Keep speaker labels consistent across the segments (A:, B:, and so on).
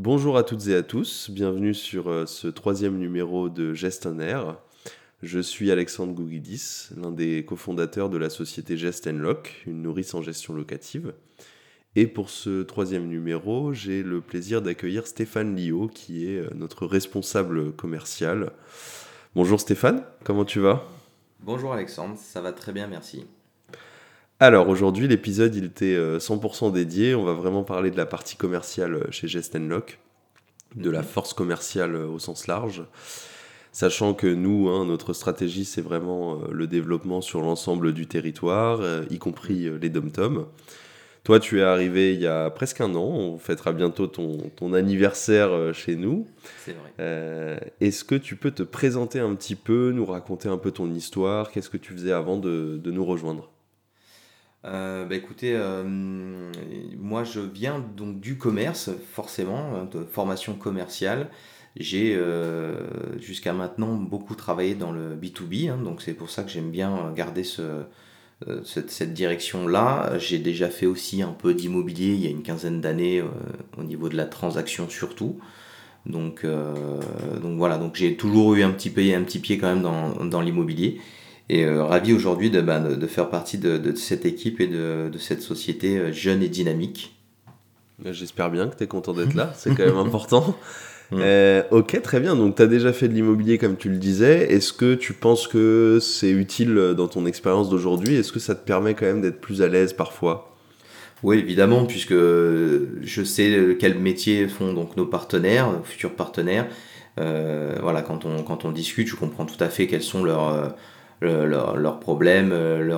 A: Bonjour à toutes et à tous, bienvenue sur ce troisième numéro de Gestionnaire. Je suis Alexandre Gouguidis, l'un des cofondateurs de la société Gest & Loc, une nourrice en gestion locative. Et pour ce troisième numéro, j'ai le plaisir d'accueillir Stéphane Liot, qui est notre responsable commercial. Bonjour Stéphane, comment tu vas ?
B: Bonjour Alexandre, ça va très bien, merci.
A: Alors aujourd'hui, l'épisode il était 100% dédié. On va vraiment parler de la partie commerciale chez Gest & Loc, de la force commerciale au sens large. Sachant que nous, notre stratégie, c'est vraiment le développement sur l'ensemble du territoire, y compris les dom-toms. Toi, tu es arrivé il y a presque un an. On fêtera bientôt ton anniversaire chez nous.
B: C'est vrai.
A: Est-ce que tu peux te présenter un petit peu, nous raconter un peu ton histoire ? Qu'est-ce que tu faisais avant de nous rejoindre ?
B: Écoutez, moi je viens donc du commerce, forcément, de formation commerciale. J'ai jusqu'à maintenant beaucoup travaillé dans le B2B, donc c'est pour ça que j'aime bien garder cette direction-là. J'ai déjà fait aussi un peu d'immobilier il y a une quinzaine d'années au niveau de la transaction surtout. Donc voilà, donc j'ai toujours eu un petit pied quand même dans l'immobilier. Et ravi aujourd'hui de faire partie de cette équipe et de cette société jeune et dynamique.
A: J'espère bien que tu es content d'être là, c'est quand même important.
B: Mm.
A: Ok, très bien. Donc, tu as déjà fait de l'immobilier, comme tu le disais. Est-ce que tu penses que c'est utile dans ton expérience d'aujourd'hui ? Est-ce que ça te permet quand même d'être plus à l'aise parfois ?
B: Oui, évidemment, puisque je sais quel métier font donc nos partenaires, nos futurs partenaires. Voilà, quand on discute, je comprends tout à fait quels sont leurs problèmes,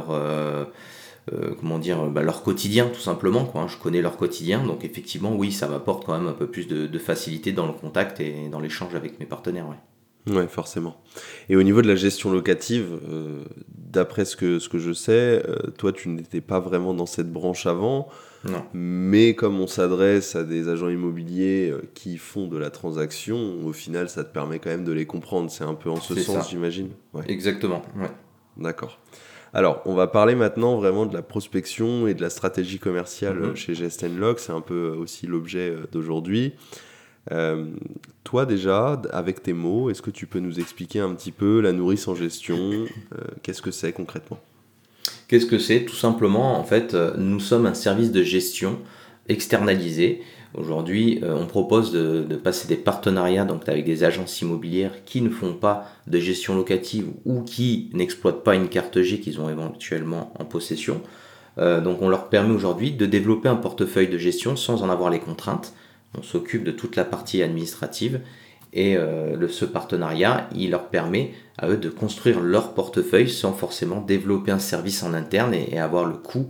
B: leur quotidien tout simplement, quoi, hein. Je connais leur quotidien, donc effectivement, oui, ça m'apporte quand même un peu plus de facilité dans le contact et dans l'échange avec mes partenaires. Ouais.
A: Ouais, forcément. Et au niveau de la gestion locative, d'après ce que je sais, toi, tu n'étais pas vraiment dans cette branche avant,
B: Non,
A: mais comme on s'adresse à des agents immobiliers qui font de la transaction, au final, ça te permet quand même de les comprendre. C'est un peu en ce
B: c'est
A: sens,
B: ça,
A: j'imagine. Ouais,
B: exactement. Ouais.
A: d'accord. Alors, on va parler maintenant vraiment de la prospection et de la stratégie commerciale
B: Mhm.
A: chez Gest & Loc. C'est un peu aussi l'objet d'aujourd'hui. Euh, Toi déjà, avec tes mots, est-ce que tu peux nous expliquer un petit peu la nourrice en gestion ? Qu'est-ce que c'est concrètement ?
B: Qu'est-ce que c'est? Tout simplement, en fait, nous sommes un service de gestion externalisé. Aujourd'hui, on propose de passer des partenariats donc avec des agences immobilières qui ne font pas de gestion locative ou qui n'exploitent pas une carte G qu'ils ont éventuellement en possession. Donc on leur permet aujourd'hui de développer un portefeuille de gestion sans en avoir les contraintes. On s'occupe de toute la partie administrative et ce partenariat, il leur permet à eux de construire leur portefeuille sans forcément développer un service en interne et avoir le coût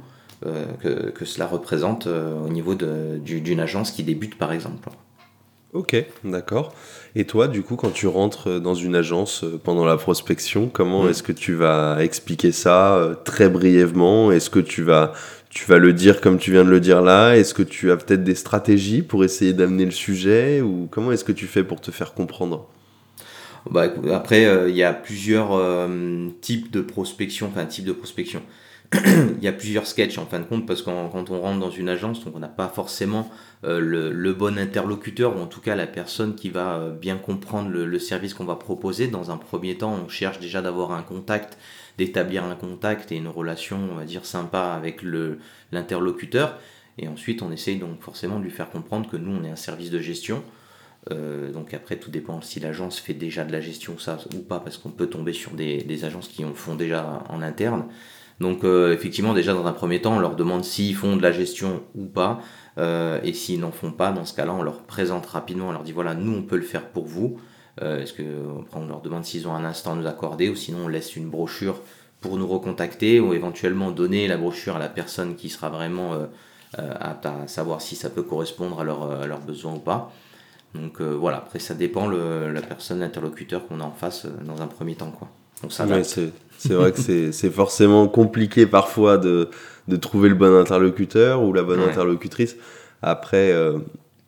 B: que cela représente au niveau d'une agence qui débute par exemple.
A: Ok, d'accord. Et toi, du coup, quand tu rentres dans une agence pendant la prospection, comment est-ce
B: Hmm.
A: que tu vas expliquer ça très brièvement ? Est-ce que tu vas le dire comme tu viens de le dire là ? Est-ce que tu as peut-être des stratégies pour essayer d'amener le sujet ? Ou comment est-ce que tu fais pour te faire comprendre ?
B: Écoute, après, il y a plusieurs types de prospection, enfin types de prospection. Il y a plusieurs sketchs en fin de compte parce que quand on rentre dans une agence, donc on n'a pas forcément le bon interlocuteur ou en tout cas la personne qui va bien comprendre le service qu'on va proposer. Dans un premier temps, on cherche déjà d'avoir un contact, d'établir un contact et une relation, on va dire, sympa avec l'interlocuteur. Et ensuite, on essaye donc forcément de lui faire comprendre que nous, on est un service de gestion. Donc après, tout dépend si l'agence fait déjà de la gestion ça ou pas, parce qu'on peut tomber sur des agences qui en font déjà en interne. Donc effectivement, déjà dans un premier temps, on leur demande s'ils font de la gestion ou pas. Et s'ils n'en font pas, dans ce cas-là, on leur présente rapidement, on leur dit voilà, nous on peut le faire pour vous. Est-ce que après, on leur demande s'ils ont un instant à nous accorder, ou sinon on laisse une brochure pour nous recontacter, ou éventuellement donner la brochure à la personne qui sera vraiment apte à savoir si ça peut correspondre à leurs besoins ou pas. Donc voilà, après ça dépend la personne, l'interlocuteur qu'on a en face dans un premier temps, quoi. On
A: Ouais,
B: s'adapte.
A: c'est vrai que c'est forcément compliqué parfois de trouver le bon interlocuteur ou la bonne
B: Ouais.
A: interlocutrice. Après,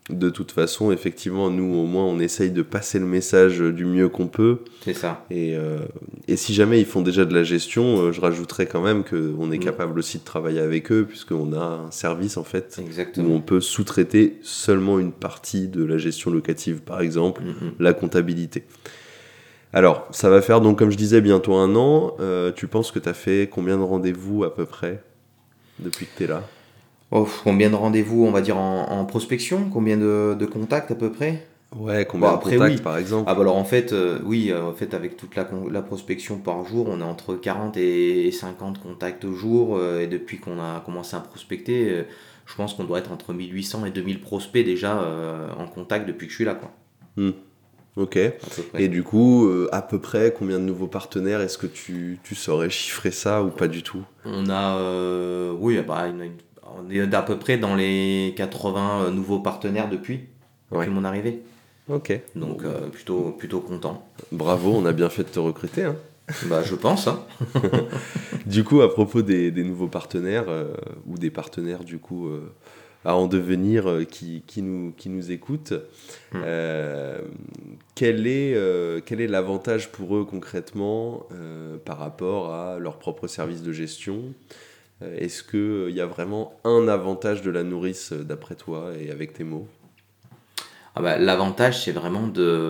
A: De toute façon, effectivement, nous, au moins, on essaye de passer le message du mieux qu'on peut.
B: C'est ça.
A: Et si jamais ils font déjà de la gestion, je rajouterais quand même qu'on est capable aussi de travailler avec eux, puisqu'on a un service, en fait,
B: Exactement.
A: où on peut sous-traiter seulement une partie de la gestion locative, par exemple, la comptabilité. Alors, ça va faire, donc, comme je disais, bientôt 1 an. Tu penses que tu as fait combien de rendez-vous à peu près depuis que tu es là ?
B: Combien de rendez-vous, on va dire, en prospection? Combien de contacts à peu près?
A: Ouais, combien de
B: Après,
A: contacts,
B: oui.
A: par exemple ?
B: Ah, bah alors en fait, oui, en fait, avec toute la prospection par jour, on est entre 40 et 50 contacts au jour. Et depuis qu'on a commencé à prospecter, je pense qu'on doit être entre 1800 et 2000 prospects déjà en contact depuis que je suis là, quoi,
A: Ok.
B: à peu
A: Et
B: près.
A: du coup, à peu près, combien de nouveaux partenaires est-ce que tu saurais chiffrer ça ou pas du tout ?
B: On a, oui, bah, on est à peu près dans les 80 nouveaux partenaires depuis
A: Ouais.
B: mon arrivée.
A: Ok.
B: Donc,
A: Bon,
B: plutôt content.
A: bravo, on a bien fait de te recruter, hein.
B: Bah, je pense, hein.
A: Du coup, à propos des nouveaux partenaires, ou des partenaires du coup à en devenir qui nous écoutent, euh, quel est l'avantage pour eux concrètement par rapport à leur propre service de gestion ? Est-ce qu'il y a vraiment un avantage de la nourrice d'après toi et avec tes mots ?
B: Ah bah, c'est vraiment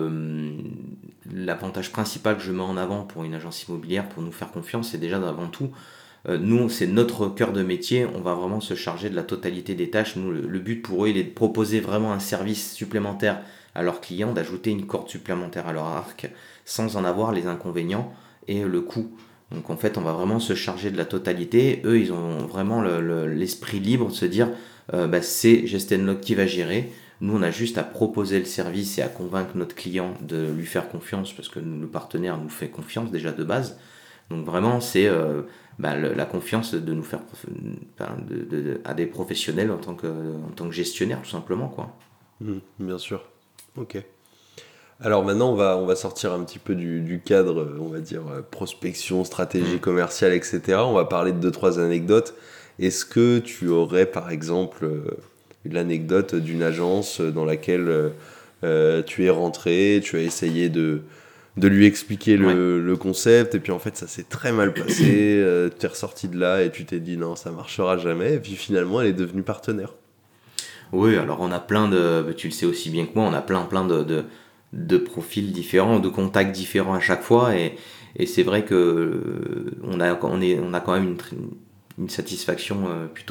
B: l'avantage principal que je mets en avant pour une agence immobilière, pour nous faire confiance, c'est déjà avant tout, nous, c'est notre cœur de métier, on va vraiment se charger de la totalité des tâches. Nous, le but pour eux, il est de proposer vraiment un service supplémentaire à leurs clients, d'ajouter une corde supplémentaire à leur arc, sans en avoir les inconvénients et le coût. Donc en fait, on va vraiment se charger de la totalité. Eux, ils ont vraiment l'esprit libre de se dire, c'est Gestenlock qui va gérer. Nous, on a juste à proposer le service et à convaincre notre client de lui faire confiance, parce que le partenaire nous fait confiance déjà de base. Donc vraiment, c'est la confiance de nous faire à des professionnels en tant que gestionnaire, tout simplement, quoi.
A: Bien sûr. Ok. Alors maintenant, on va sortir un petit peu du cadre, on va dire, prospection, stratégie commerciale, etc. On va parler de 2-3 anecdotes. Est-ce que tu aurais, par exemple, l'anecdote d'une agence dans laquelle tu es rentré, tu as essayé de lui expliquer
B: Ouais.
A: le concept, et puis en fait, ça s'est très mal passé, tu es ressorti de là et tu t'es dit non, ça marchera jamais, et puis finalement, elle est devenue partenaire.
B: Oui, alors on a tu le sais aussi bien que moi, on a plein de profils différents, de contacts différents à chaque fois, et c'est vrai que on a quand même une satisfaction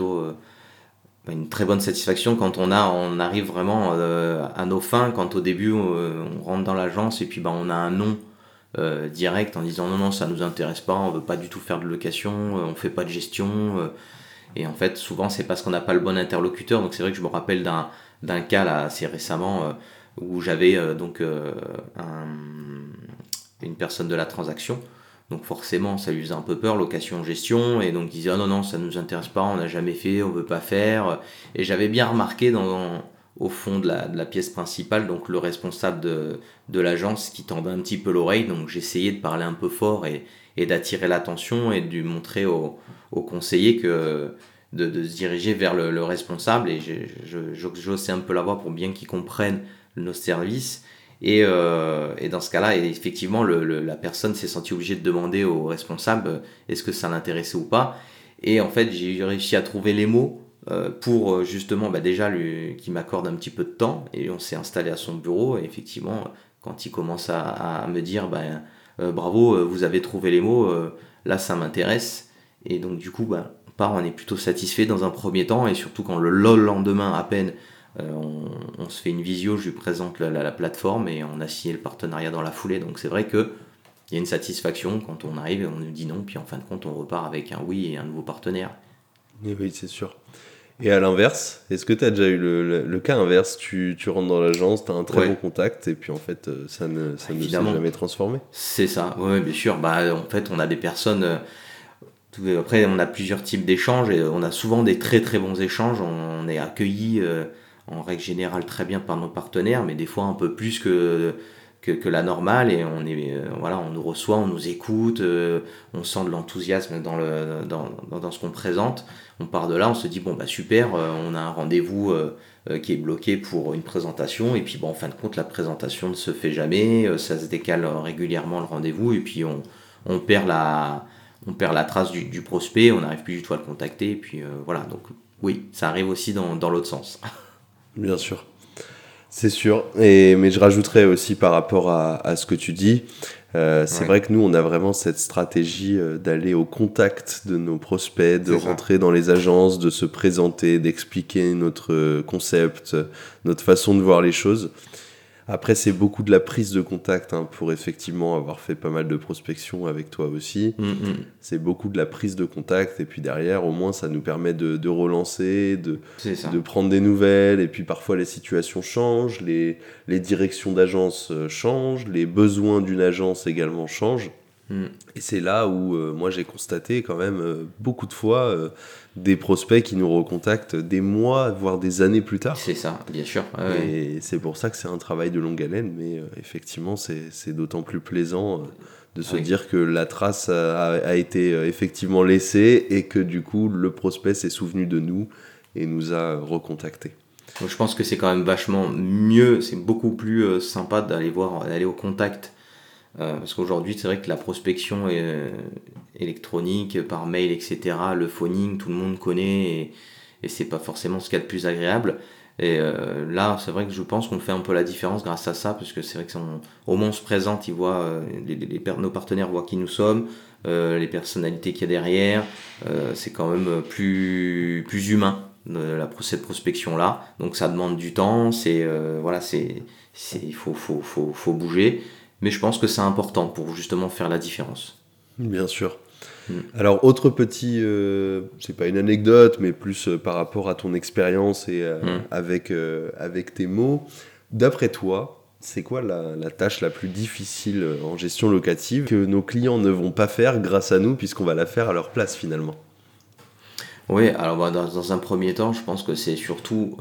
B: une très bonne satisfaction quand on arrive vraiment à nos fins, quand au début on rentre dans l'agence et puis on a un non direct en disant non, non, ça nous intéresse pas, on veut pas du tout faire de location, on fait pas de gestion. Et en fait, souvent, c'est parce qu'on n'a pas le bon interlocuteur. Donc, c'est vrai que je me rappelle d'un cas là, assez récemment où j'avais une personne de la transaction. Donc, forcément, ça lui faisait un peu peur, location, gestion. Et donc, il disait ah non, non, ça ne nous intéresse pas, on n'a jamais fait, on veut pas faire. Et j'avais bien remarqué au fond de la pièce principale, donc le responsable de l'agence qui tendait un petit peu l'oreille. Donc, j'essayais de parler un peu fort et d'attirer l'attention et de lui montrer au conseiller de se diriger vers le responsable, et j'osais un peu la voix pour bien qu'ils comprennent nos services. Et dans ce cas-là, effectivement, la personne s'est sentie obligée de demander au responsable est-ce que ça l'intéressait ou pas. Et en fait, j'ai réussi à trouver les mots pour justement déjà qu'il m'accorde un petit peu de temps, et on s'est installé à son bureau. Et effectivement, quand il commence à me dire bravo, vous avez trouvé les mots, là ça m'intéresse. Et donc du coup, on est plutôt satisfait dans un premier temps, et surtout quand le lendemain à peine on se fait une visio, je lui présente la plateforme et on a signé le partenariat dans la foulée. Donc c'est vrai qu'il y a une satisfaction quand on arrive et on nous dit non, puis en fin de compte on repart avec un oui et un nouveau partenaire.
A: Et oui, c'est sûr. Et à l'inverse, est-ce que tu as déjà eu le cas inverse, tu rentres dans l'agence, tu as un très bon contact, et puis en fait, ça ne s'est jamais transformé ?
B: C'est ça, oui, bien sûr. En fait, on a des personnes... après, on a plusieurs types d'échanges, et on a souvent des très très bons échanges. On est accueillis en règle générale très bien par nos partenaires, mais des fois un peu plus que la normale, et voilà, on nous reçoit, on nous écoute, on sent de l'enthousiasme dans ce qu'on présente. On part de là, on se dit bon bah super, on a un rendez-vous qui est bloqué pour une présentation, et puis bon, en fin de compte la présentation ne se fait jamais, ça se décale régulièrement le rendez-vous, et puis on perd la trace du prospect, on n'arrive plus du tout à le contacter, et puis voilà, donc oui, ça arrive aussi dans l'autre sens.
A: Bien sûr. C'est sûr, mais je rajouterais aussi par rapport à ce que tu dis, c'est vrai que nous, on a vraiment cette stratégie d'aller au contact de nos prospects, de rentrer dans les agences, de se présenter, d'expliquer notre concept, notre façon de voir les choses. Après, c'est beaucoup de la prise de contact, hein, pour effectivement avoir fait pas mal de prospection avec toi aussi. C'est beaucoup de la prise de contact, et puis derrière, au moins, ça nous permet de relancer, de prendre des nouvelles, et puis parfois les situations changent, les directions d'agence changent, les besoins d'une agence également changent. Et c'est là où moi j'ai constaté quand même beaucoup de fois des prospects qui nous recontactent des mois, voire des années plus tard.
B: C'est ça, bien sûr.
A: Et c'est pour ça que c'est un travail de longue haleine, mais effectivement c'est d'autant plus plaisant de se dire que la trace a été effectivement laissée, et que du coup le prospect s'est souvenu de nous et nous a recontactés.
B: Donc, je pense que c'est quand même vachement mieux, c'est beaucoup plus sympa d'aller au contact. Parce qu'aujourd'hui, c'est vrai que la prospection électronique, par mail, etc., le phoning, tout le monde connaît, et c'est pas forcément ce qu'il y a de plus agréable. Et là, c'est vrai que je pense qu'on fait un peu la différence grâce à ça, parce que c'est vrai qu'au moins on se présente, ils voient, nos partenaires voient qui nous sommes, les personnalités qu'il y a derrière, c'est quand même plus humain, cette prospection-là. Donc ça demande du temps, il faut bouger. Mais je pense que c'est important pour justement faire la différence.
A: Bien sûr. Alors, autre petit, c'est pas une anecdote, mais plus par rapport à ton expérience et avec tes mots. D'après toi, c'est quoi la tâche la plus difficile en gestion locative que nos clients ne vont pas faire grâce à nous, puisqu'on va la faire à leur place finalement?
B: Oui, alors dans un premier temps, je pense que c'est surtout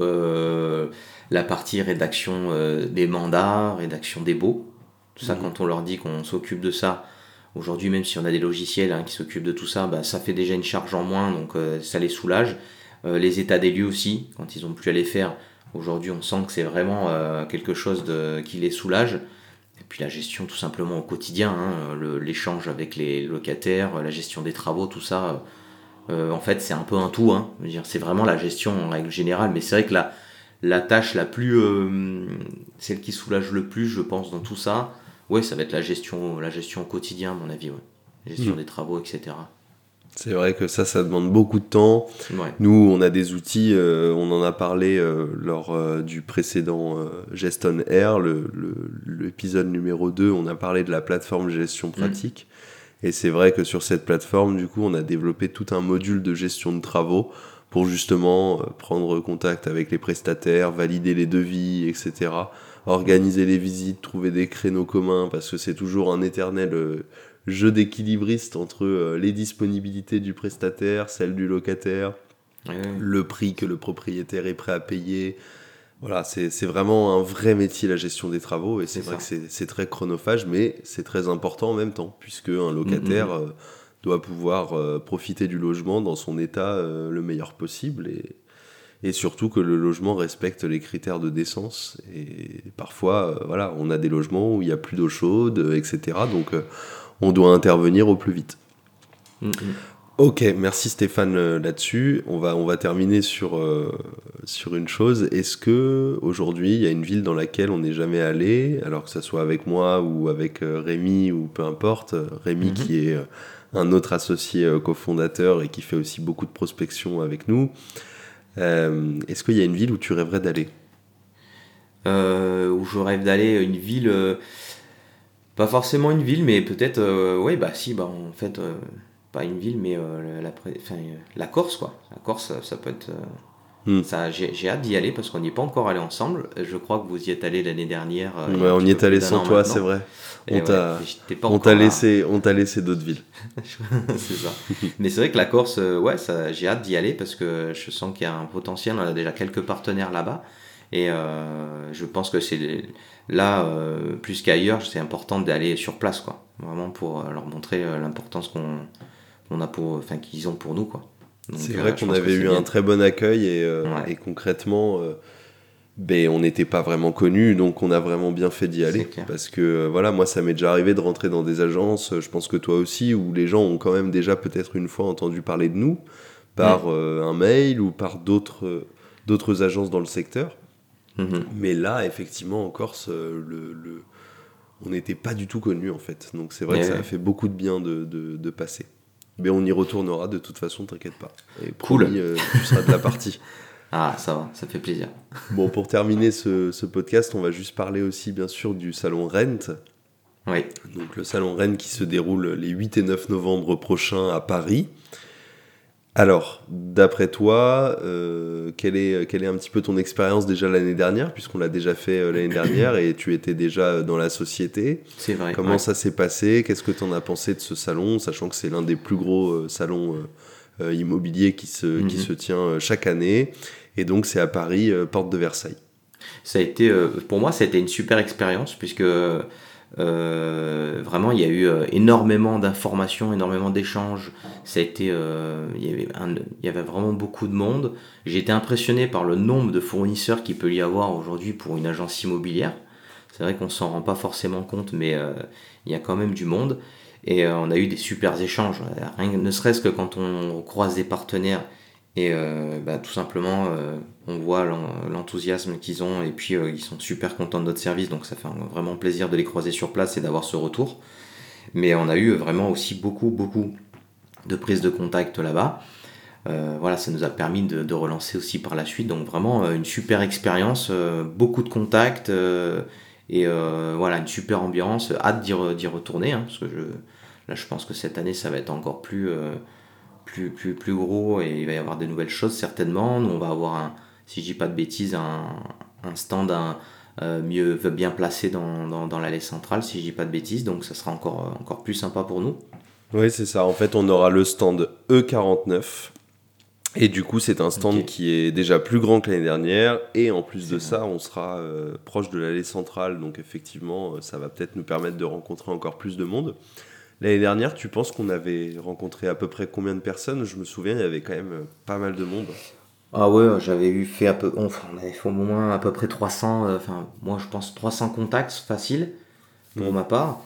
B: la partie rédaction des mandats, rédaction des baux. Tout ça, quand on leur dit qu'on s'occupe de ça, aujourd'hui, même si on a des logiciels qui s'occupent de tout ça, bah, ça fait déjà une charge en moins, donc ça les soulage. Les états des lieux aussi, quand ils n'ont plus à les faire, aujourd'hui on sent que c'est vraiment quelque chose qui les soulage. Et puis la gestion tout simplement au quotidien, l'échange avec les locataires, la gestion des travaux, tout ça, en fait c'est un peu un tout. Je veux dire, c'est vraiment la gestion en règle générale, mais c'est vrai que la tâche la plus, celle qui soulage le plus, je pense, dans tout ça, ouais, ça va être la gestion au quotidien, à mon avis, la gestion des travaux, etc.
A: C'est vrai que ça demande beaucoup de temps.
B: Ouais.
A: Nous, on a des outils, on en a parlé lors du précédent Gest on Air, l'épisode numéro 2, on a parlé de la plateforme gestion pratique. Et c'est vrai que sur cette plateforme, du coup, on a développé tout un module de gestion de travaux pour justement prendre contact avec les prestataires, valider les devis, etc., organiser les visites, trouver des créneaux communs, parce que c'est toujours un éternel jeu d'équilibriste entre les disponibilités du prestataire, celles du locataire, le prix que le propriétaire est prêt à payer. Voilà, c'est vraiment un vrai métier, la gestion des travaux, et c'est vrai que c'est très chronophage, mais c'est très important en même temps, puisque un locataire doit pouvoir profiter du logement dans son état le meilleur possible, et surtout que le logement respecte les critères de décence. Et parfois, voilà, on a des logements où il n'y a plus d'eau chaude, etc. Donc, on doit intervenir au plus vite. Ok, merci Stéphane là-dessus. On va terminer sur une chose. Est-ce que aujourd'hui il y a une ville dans laquelle on n'est jamais allé, alors que ça soit avec moi ou avec Rémi ou peu importe, Rémi qui est un autre associé cofondateur et qui fait aussi beaucoup de prospection avec nous. Est-ce qu'il y a une ville où tu rêverais d'aller ?
B: Où je rêve d'aller, une ville, pas forcément une ville, mais peut-être, en fait, pas une ville, mais la Corse, quoi. La Corse, ça peut être... Ça, j'ai hâte d'y aller parce qu'on n'y est pas encore allé ensemble. Je crois que vous y êtes allé l'année dernière.
A: Ouais, on y est allé sans toi, c'est vrai. On t'a laissé d'autres villes.
B: C'est ça. Mais c'est vrai que la Corse, j'ai hâte d'y aller parce que je sens qu'il y a un potentiel. On a déjà quelques partenaires là-bas. Et je pense que c'est là, plus qu'ailleurs, c'est important d'aller sur place, quoi. Vraiment pour leur montrer l'importance qu'on a enfin, qu'ils ont pour nous, quoi. Donc,
A: C'est vrai
B: je
A: qu'on
B: pense que
A: avait
B: c'est
A: eu un
B: bien.
A: très bon accueil
B: Ouais,
A: et concrètement, on n'était pas vraiment connus, donc on a vraiment bien fait d'y
B: c'est
A: aller.
B: clair.
A: Parce que voilà, moi ça m'est déjà arrivé de rentrer dans des agences, je pense que toi aussi, où les gens ont quand même déjà peut-être une fois entendu parler de nous, par
B: Mm.
A: un mail ou par d'autres agences dans le secteur.
B: Mhm.
A: Mais là, effectivement, en Corse, on n'était pas du tout connus en fait. Donc c'est vrai
B: Eh
A: que ça a
B: ouais.
A: fait beaucoup de bien de passer. Mais on y retournera de toute façon, t'inquiète pas. Et
B: Cool.
A: promis, tu seras de la partie.
B: Ah, ça va, ça fait plaisir.
A: Bon, pour terminer ce podcast, on va juste parler aussi bien sûr du salon Rent.
B: Oui.
A: Donc le salon Rennes qui se déroule les 8 et 9 novembre prochains à Paris. Alors, d'après toi, quelle est un petit peu ton expérience déjà l'année dernière, puisqu'on l'a déjà fait l'année dernière et tu étais déjà dans la société.
B: C'est vrai,
A: Comment
B: ouais.
A: ça s'est passé? Qu'est-ce que tu en as pensé de ce salon, sachant que c'est l'un des plus gros salons immobiliers qui se
B: Mhm.
A: tient chaque année. Et donc c'est à Paris, porte de Versailles.
B: Ça a été, pour moi, ça a été une super expérience puisque vraiment il y a eu énormément d'informations, énormément d'échanges. Ça a été, il y avait vraiment beaucoup de monde. J'ai été impressionné par le nombre de fournisseurs qu'il peut y avoir aujourd'hui pour une agence immobilière. C'est vrai qu'on s'en rend pas forcément compte, mais il y a quand même du monde. Et on a eu des super échanges. Rien, ne serait-ce que quand on croise des partenaires et tout simplement on voit l'enthousiasme qu'ils ont et puis ils sont super contents de notre service. Donc ça fait vraiment plaisir de les croiser sur place et d'avoir ce retour. Mais on a eu vraiment aussi beaucoup, beaucoup de prises de contact là-bas. Voilà, ça nous a permis de relancer aussi par la suite. Donc vraiment une super expérience, beaucoup de contacts et voilà, une super ambiance. Hâte d'y retourner, hein, parce que là je pense que cette année ça va être encore plus gros et il va y avoir des nouvelles choses certainement. Nous on va avoir, si je dis pas de bêtises, un stand bien placé dans l'allée centrale, si je dis pas de bêtises. Donc ça sera encore plus sympa pour nous.
A: Oui, c'est ça. En fait, on aura le stand E49. Et du coup, c'est un
B: Ok,
A: stand qui est déjà plus grand que l'année dernière. Et en plus
B: c'est
A: de
B: vrai.
A: ça, on sera proche de l'allée centrale. Donc effectivement, ça va peut-être nous permettre de rencontrer encore plus de monde. L'année dernière, tu penses qu'on avait rencontré à peu près combien de personnes? Je me souviens, il y avait quand même pas mal de monde.
B: Ah ouais, j'avais eu fait enfin, on avait fait au moins à peu près 300, enfin moi je pense 300 contacts faciles pour
A: Hmm.
B: ma part.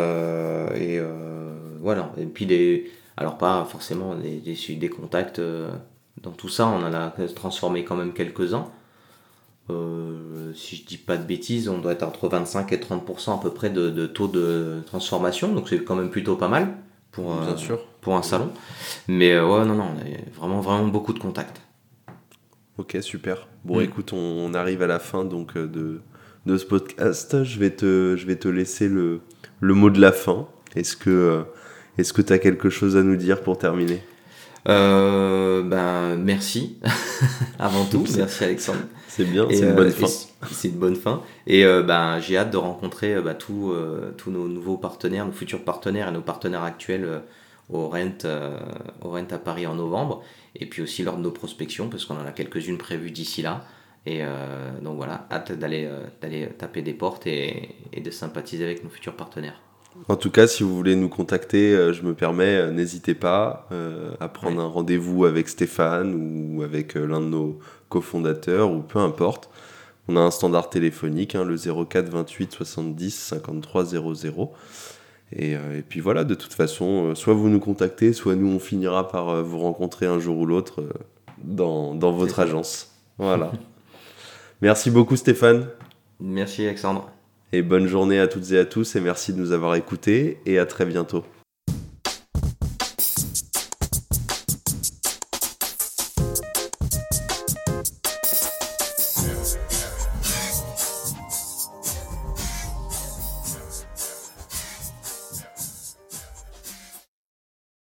B: Voilà, et puis alors pas forcément des contacts, dans tout ça on en a transformé quand même quelques-uns. Si je dis pas de bêtises, on doit être entre 25 et 30% à peu près de taux de transformation, donc c'est quand même plutôt pas mal
A: Bien sûr.
B: pour un salon. Mais ouais, non, non, on a vraiment, vraiment beaucoup de contacts.
A: Ok, super. Bon,
B: Mm.
A: écoute, on arrive à la fin donc de ce podcast. Je vais te laisser le mot de la fin. Est-ce que tu as quelque chose à nous dire pour terminer?
B: Merci avant tout,
A: C'est
B: merci Alexandre.
A: c'est bien,
B: Et,
A: c'est une bonne fin.
B: c'est une bonne fin. Et j'ai hâte de rencontrer tous nos nouveaux partenaires, nos futurs partenaires et nos partenaires actuels au Rent à Paris en novembre. Et puis aussi lors de nos prospections, parce qu'on en a quelques-unes prévues d'ici là. Et donc voilà, hâte d'aller taper des portes et de sympathiser avec nos futurs partenaires.
A: En tout cas, si vous voulez nous contacter, je me permets, n'hésitez pas à prendre
B: Ouais,
A: un rendez-vous avec Stéphane ou avec l'un de nos cofondateurs ou peu importe. On a un standard téléphonique, hein, le 04 28 70 53 00. Et puis voilà, de toute façon, soit vous nous contactez, soit nous on finira par vous rencontrer un jour ou l'autre dans
B: c'est
A: votre
B: ça.
A: agence. Voilà. Merci beaucoup Stéphane,
B: Merci Alexandre.
A: et bonne journée à toutes et à tous, et merci de nous avoir écoutés, et à très bientôt.